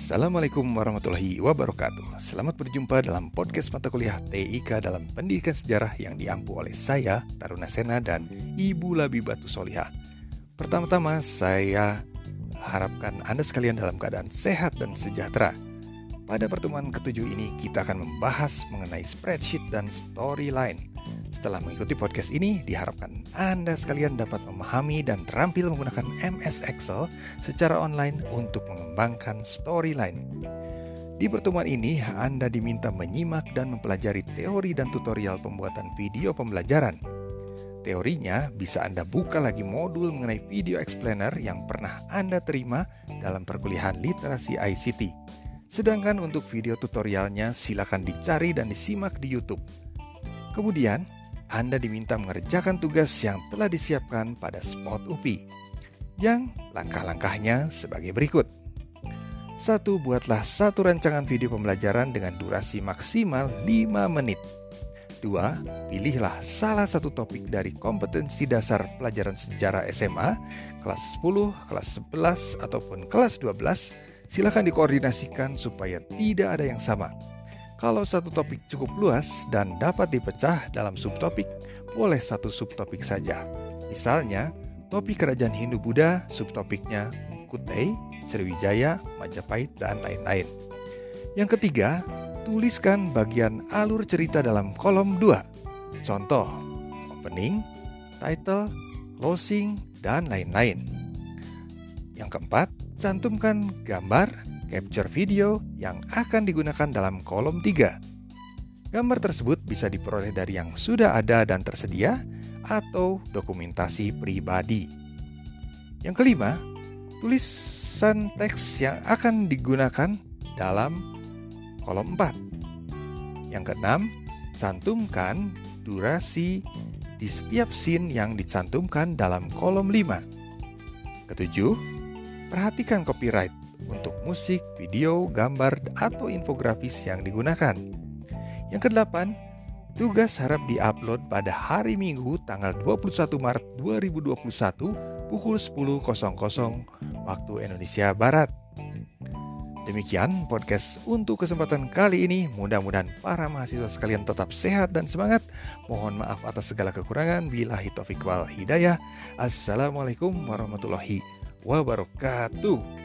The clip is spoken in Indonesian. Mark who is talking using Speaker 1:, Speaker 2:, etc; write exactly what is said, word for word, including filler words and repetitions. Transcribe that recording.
Speaker 1: Assalamualaikum warahmatullahi wabarakatuh. Selamat berjumpa dalam podcast mata kuliah T I K dalam Pendidikan Sejarah yang diampu oleh saya, Taruna Sena, dan Ibu Labibatu Solihah. Pertama-tama, saya harapkan Anda sekalian dalam keadaan sehat dan sejahtera. Pada pertemuan ketujuh ini, kita akan membahas mengenai spreadsheet dan storyline. Setelah mengikuti podcast ini, diharapkan Anda sekalian dapat memahami dan terampil menggunakan M S Excel secara online untuk mengembangkan storyline. Di pertemuan ini, Anda diminta menyimak dan mempelajari teori dan tutorial pembuatan video pembelajaran. Teorinya bisa Anda buka lagi modul mengenai video explainer yang pernah Anda terima dalam perkuliahan literasi I C T. Sedangkan untuk video tutorialnya silakan dicari dan disimak di YouTube. Kemudian, Anda diminta mengerjakan tugas yang telah disiapkan pada spot U P I, yang langkah-langkahnya sebagai berikut. Satu, buatlah satu rancangan video pembelajaran dengan durasi maksimal lima menit. Dua, pilihlah salah satu topik dari kompetensi dasar pelajaran sejarah S M A, kelas sepuluh, kelas sebelas, ataupun kelas dua belas. Silakan dikoordinasikan supaya tidak ada yang sama. Kalau satu topik cukup luas dan dapat dipecah dalam subtopik, boleh satu subtopik saja. Misalnya, topik kerajaan Hindu-Buddha, subtopiknya Kutai, Sriwijaya, Majapahit, dan lain-lain. Yang ketiga, tuliskan bagian alur cerita dalam kolom dua. Contoh, opening, title, closing, dan lain-lain. Yang keempat, cantumkan gambar, capture video yang akan digunakan dalam kolom tiga. Gambar tersebut bisa diperoleh dari yang sudah ada dan tersedia atau dokumentasi pribadi. Yang kelima, tulisan teks yang akan digunakan dalam kolom empat. Yang keenam, cantumkan durasi di setiap scene yang dicantumkan dalam kolom lima. Ketujuh, perhatikan copyright untuk musik, video, gambar, atau infografis yang digunakan. Yang kedelapan, tugas harap diupload pada hari Minggu tanggal dua puluh satu Maret dua ribu dua puluh satu pukul sepuluh waktu Indonesia Barat. Demikian podcast untuk kesempatan kali ini. Mudah-mudahan para mahasiswa sekalian tetap sehat dan semangat. Mohon maaf atas segala kekurangan. Billahi taufiq wal hidayah. Assalamualaikum warahmatullahi wabarakatuh.